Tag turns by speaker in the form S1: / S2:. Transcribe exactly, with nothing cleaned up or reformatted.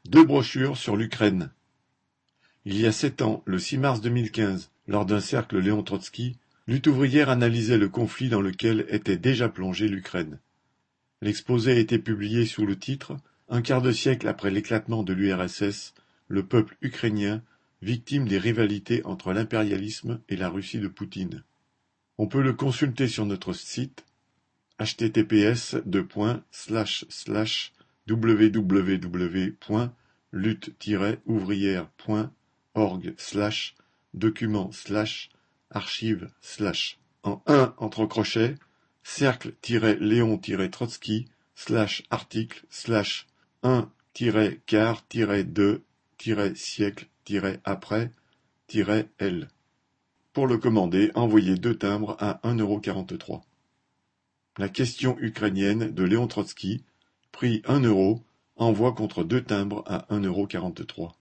S1: Deux brochures sur l'Ukraine. Il y a sept ans, le six mars deux mille quinze, lors d'un cercle Léon Trotsky, Lutte ouvrière analysait le conflit dans lequel était déjà plongée l'Ukraine. L'exposé a été publié sous le titre « Un quart de siècle après l'éclatement de l'U R S S, le peuple ukrainien, victime des rivalités entre l'impérialisme et la Russie de Poutine ». On peut le consulter sur notre site h t t p s deux points slash slash w w w point lutte tiret ouvrière point org slash document slash archive slash en un entre crochets cercle-léon-trotsky slash article slash un quart deux siècle après L. Pour le commander, envoyez deux timbres à un euro quarante-trois. La question ukrainienne de Léon Trotsky, prix un euro, envoi contre deux timbres à un euro quarante-trois.